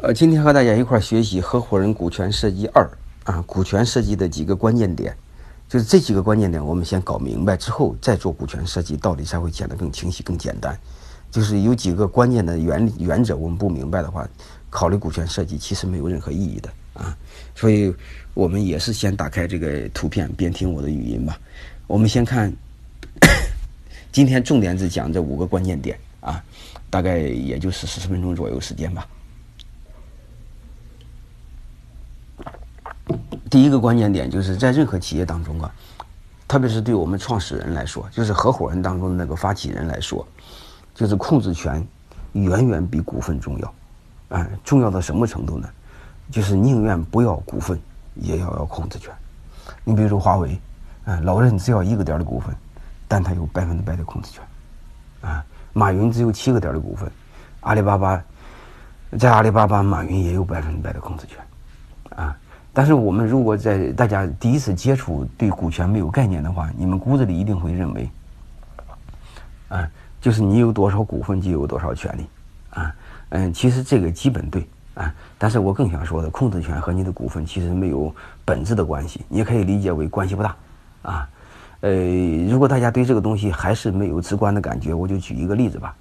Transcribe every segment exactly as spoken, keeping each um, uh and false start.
呃，今天和大家一块儿学习合伙人股权设计二啊，股权设计的几个关键点，就是这几个关键点，我们先搞明白之后，再做股权设计，道理才会显得更清晰、更简单。就是有几个关键的原理原则，我们不明白的话，考虑股权设计其实没有任何意义的啊。所以我们也是先打开这个图片，边听我的语音吧。我们先看，今天重点是讲这五个关键点啊，大概也就是十分钟左右时间吧。第一个关键点就是在任何企业当中啊，特别是对我们创始人来说，就是合伙人当中的那个发起人来说，就是控制权远远比股份重要。啊，重要到什么程度呢？就是宁愿不要股份，也要要控制权。你比如说华为，啊，老任只要一个点的股份，但他有百分之百的控制权。啊，马云只有七个点的股份，阿里巴巴在阿里巴巴，马云也有百分之百的控制权。啊。但是我们如果在大家第一次接触对股权没有概念的话，你们骨子里一定会认为，啊，就是你有多少股份就有多少权利，啊，嗯，其实这个基本对，啊，但是我更想说的，控制权和你的股份其实没有本质的关系，你可以理解为关系不大，啊，呃，如果大家对这个东西还是没有直观的感觉，我就举一个例子吧。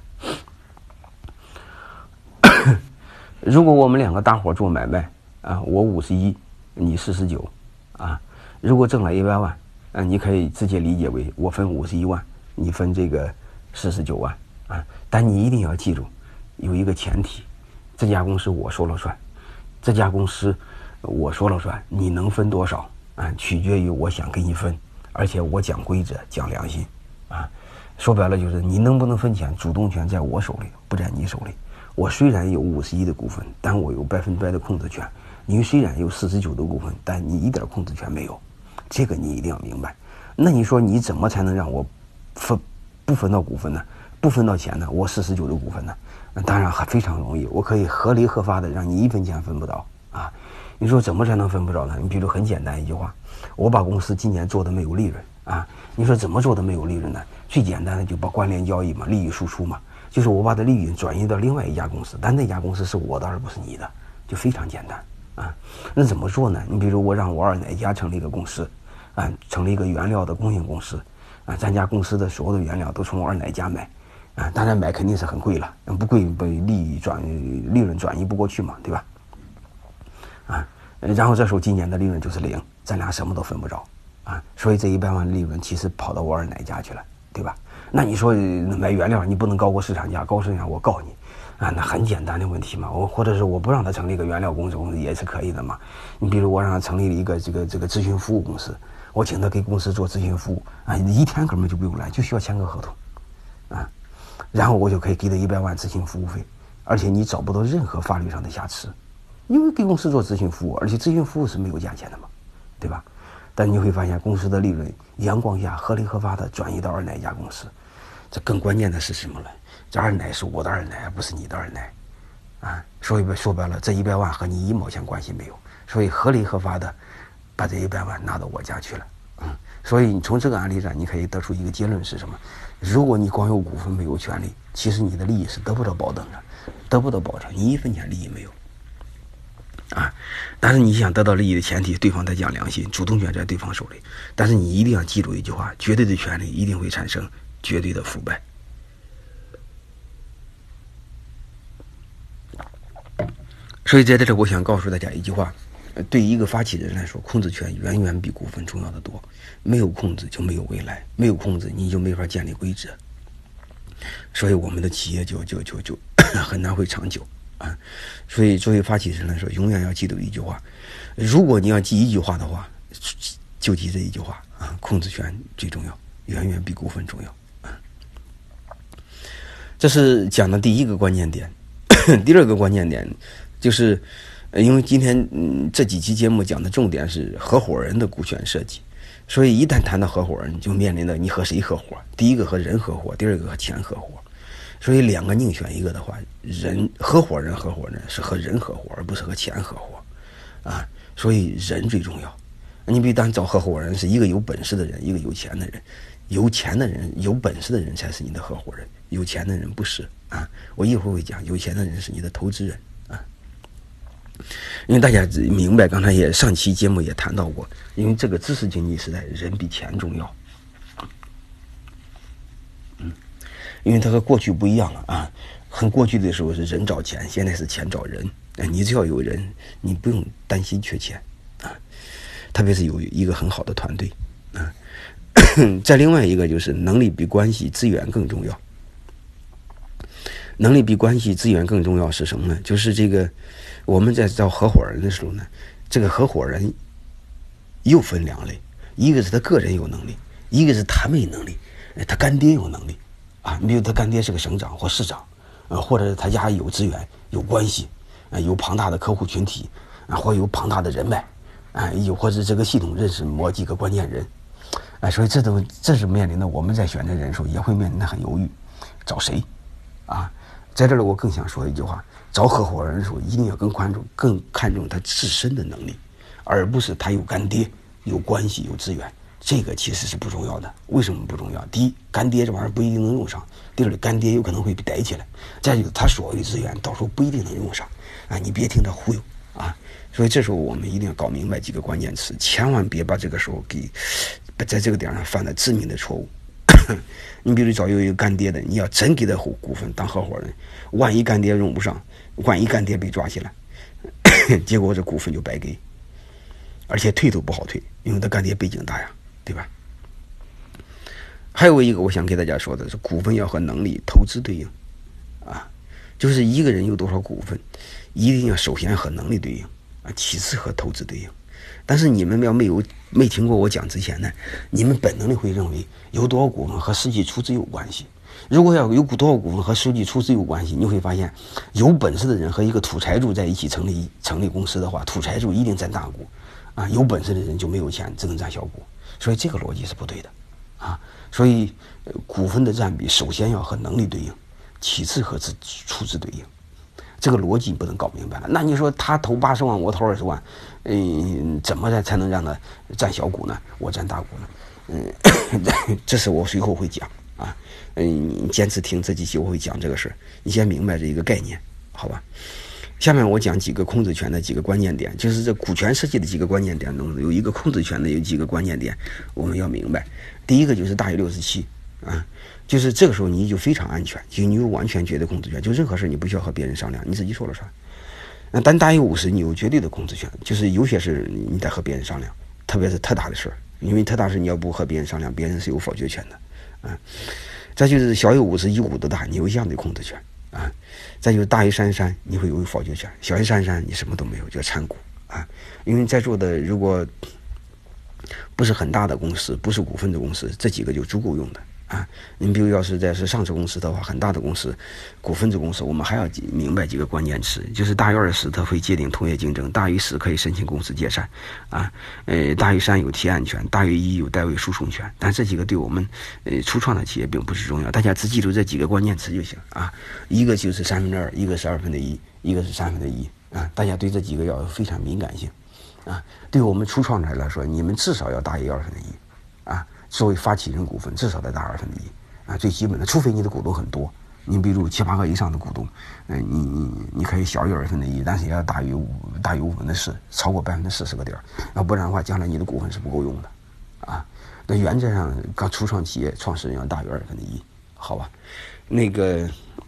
如果我们两个大伙做买卖。啊，我五十一，你四十九，啊，如果挣了一百万，啊，你可以直接理解为我分五十一万，你分这个四十九万，啊，但你一定要记住，有一个前提，这家公司我说了算，这家公司我说了算，你能分多少啊，取决于我想给你分，而且我讲规则，讲良心，啊，说白了就是你能不能分钱，主动权在我手里，不在你手里。我虽然有五十一的股份，但我有百分之百的控制权。你虽然有四十九的股份，但你一点控制权没有，这个你一定要明白。那你说你怎么才能让我分不分到股份呢？不分到钱呢？我四十九的股份呢？那当然还非常容易，我可以合理合法的让你一分钱分不到啊。你说怎么才能分不着呢？你比如很简单一句话，我把公司今年做的没有利润啊。你说怎么做的没有利润呢？最简单的就把关联交易嘛，利益输出嘛，就是我把的利润转移到另外一家公司，但那家公司是我的而不是你的，就非常简单。啊，那怎么做呢？你比如我让我二奶家成立一个公司，啊，成立一个原料的供应公司，啊，咱家公司的所有的原料都从我二奶家买，啊，当然买肯定是很贵了，不贵不利益转利润转移不过去嘛，对吧？啊，然后这时候今年的利润就是零，咱俩什么都分不着，啊，所以这一百万利润其实跑到我二奶家去了，对吧？那你说买原料你不能高过市场价，高市场价我告你。啊，那很简单的问题嘛，我或者是我不让他成立一个原料公司公司也是可以的嘛。你比如我让他成立了一个这个这个咨询服务公司，我请他给公司做咨询服务啊，一天根本就不用来，就需要签个合同，啊，然后我就可以给他一百万咨询服务费，而且你找不到任何法律上的瑕疵，因为给公司做咨询服务，而且咨询服务是没有价钱的嘛，对吧？但你会发现公司的利润阳光下合理合法的转移到二奶家公司，这更关键的是什么呢？这二奶是我的二奶，不是你的二奶，啊，所以说白了，这一百万和你一毛钱关系没有，所以合理合法的把这一百万拿到我家去了，嗯，所以你从这个案例上，你可以得出一个结论是什么？如果你光有股份没有权利，其实你的利益是得不到保证的，得不到保障，你一分钱利益没有，啊，但是你想得到利益的前提，对方在讲良心，主动权在对方手里，但是你一定要记住一句话：绝对的权利一定会产生绝对的腐败。所以在这里我想告诉大家一句话，对于一个发起人来说，控制权远远比股份重要的多，没有控制就没有未来，没有控制你就没法建立规则，所以我们的企业就就就就很难会长久啊。所以作为发起人来说，永远要记住一句话，如果你要记一句话的话，就记这一句话啊，控制权最重要，远远比股份重要啊。这是讲的第一个关键点。第二个关键点就是，因为今天嗯这几期节目讲的重点是合伙人的股权设计，所以一旦谈到合伙人，就面临着你和谁合伙，第一个和人合伙，第二个和钱合伙，所以两个宁选一个的话，人合伙人合伙人是和人合伙，而不是和钱合伙，啊，所以人最重要。你比如当找合伙人是一个有本事的人，一个有钱的人，有钱的人有本事的人才是你的合伙人，有钱的人不是啊。我一会儿会讲，有钱的人是你的投资人啊。 因为大家明白，刚才也上期节目也谈到过，因为这个知识经济时代，人比钱重要。嗯，因为它和过去不一样了啊，和过去的时候是人找钱，现在是钱找人。哎，你只要有人，你不用担心缺钱啊，特别是有一个很好的团队啊。再另外一个就是能力比关系资源更重要。能力比关系资源更重要是什么呢？就是这个我们在找合伙人的时候呢，这个合伙人又分两类，一个是他个人有能力，一个是他没能力，他干爹有能力啊，比如他干爹是个省长或市长，呃，或者他家有资源有关系，啊，有庞大的客户群体啊，或有庞大的人脉啊，有或者这个系统认识某几个关键人，啊，所以这都这是面临的我们在选择人的时候也会面临的很犹豫，找谁啊？在这里我更想说一句话，找合伙人的时候一定要更看重更看重他自身的能力，而不是他有干爹有关系有资源，这个其实是不重要的。为什么不重要？第一，干爹这玩意儿不一定能用上；第二，干爹有可能会被逮起来；再就是他所有的资源到时候不一定能用上啊！你别听他忽悠啊！所以这时候我们一定要搞明白几个关键词，千万别把这个时候给在这个点上犯了致命的错误。你比如找有一个干爹的，你要真给他股份当合伙人，万一干爹用不上，万一干爹被抓起来，结果这股份就白给，而且退都不好退，因为他干爹背景大呀，对吧？还有一个我想给大家说的是，股份要和能力、投资对应啊，就是一个人有多少股份，一定要首先和能力对应啊，其次和投资对应。但是你们要没有没听过我讲之前呢，你们本能的会认为有多少股份和实际出资有关系。如果要有多少股份和实际出资有关系，你会发现有本事的人和一个土财主在一起成立成立公司的话，土财主一定占大股啊，有本事的人就没有钱，只能占小股。所以这个逻辑是不对的啊。所以、呃、股份的占比首先要和能力对应，其次和出资对应。这个逻辑不能搞明白了，那你说他投八十万，我投二十万，嗯，怎么才能让他占小股呢？我占大股呢？嗯，这是我随后会讲啊，嗯，你坚持听这几期我会讲这个事儿，你先明白这一个概念，好吧？下面我讲几个控制权的几个关键点，就是这股权设计的几个关键点中有一个控制权的有几个关键点，我们要明白。第一个就是大于六十七啊。就是这个时候你就非常安全，就你有完全绝对控制权，就任何事你不需要和别人商量，你自己说了算。那但大于五十，你有绝对的控制权，就是有些事你得和别人商量，特别是特大的事，因为特大事你要不和别人商量，别人是有否决权的啊。再就是小于五十一股的大，你有相对控制权啊。再就是大于三十三，你会有否决权；小于三十三，你什么都没有，叫参股啊。因为在座的如果不是很大的公司，不是股份的公司，这几个就足够用的。啊，你比如要是在是上市公司的话，很大的公司、股份制公司，我们还要明白几个关键词，就是大于二十它会界定同业竞争，大于十可以申请公司解散，啊，呃，大于三有提案权，大于一有代位诉讼权。但这几个对我们呃初创的企业并不是重要，大家只记住这几个关键词就行啊。一个就是三分之二，一个是二分之一，一个是三分之一啊。大家对这几个要有非常敏感性啊。对我们初创者来说，你们至少要大于二分之一啊。作为发起人股份至少得大二分之一啊，最基本的，除非你的股东很多，你比如七八个以上的股东，嗯、呃，你你你可以小于二分之一，但是也要大于五大于五分之四，超过百分之四十个点儿，要不然的话，将来你的股份是不够用的，啊，那原则上刚初创企业创始人要大于二分之一，好吧？那个。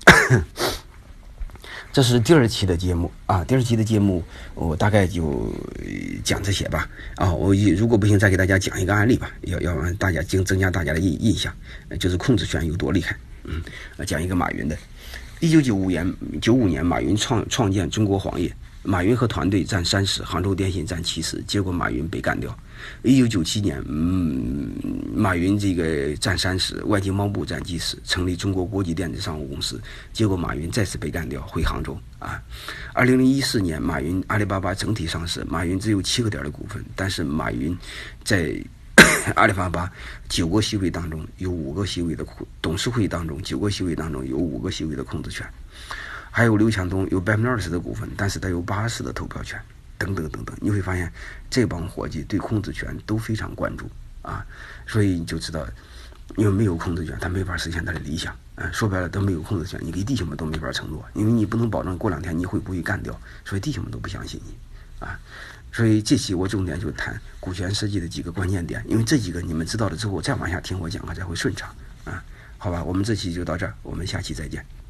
这是第二期的节目啊，第二期的节目我大概就讲这些吧啊，我如果不行再给大家讲一个案例吧，要要让大家增增加大家的印印象，就是控制权有多厉害。嗯，讲一个马云的，一九九五年九五年马云创创建中国黄页，马云和团队占三十，杭州电信占七十，结果马云被干掉。一九九七年，嗯，马云这个占三十，外经贸部占几十，成立中国国际电子商务公司，结果马云再次被干掉，回杭州啊。二零零一四年，马云阿里巴巴整体上市，马云只有七个点的股份，但是马云在阿里巴巴九个席位当中有五个席位的董事会当中，九个席位当中有五个席位的控制权。还有刘强东有百分之二十的股份，但是他有八十的投票权，等等等等。你会发现这帮伙计对控制权都非常关注啊，所以你就知道，因为没有控制权，他没法实现他的理想。啊，说白了，都没有控制权，你给弟兄们都没法承诺，因为你不能保证过两天你会不会干掉，所以弟兄们都不相信你。 啊。所以这期我重点就谈股权设计的几个关键点，因为这几个你们知道了之后，再往下听我讲课才会顺畅啊。好吧，我们这期就到这儿，我们下期再见。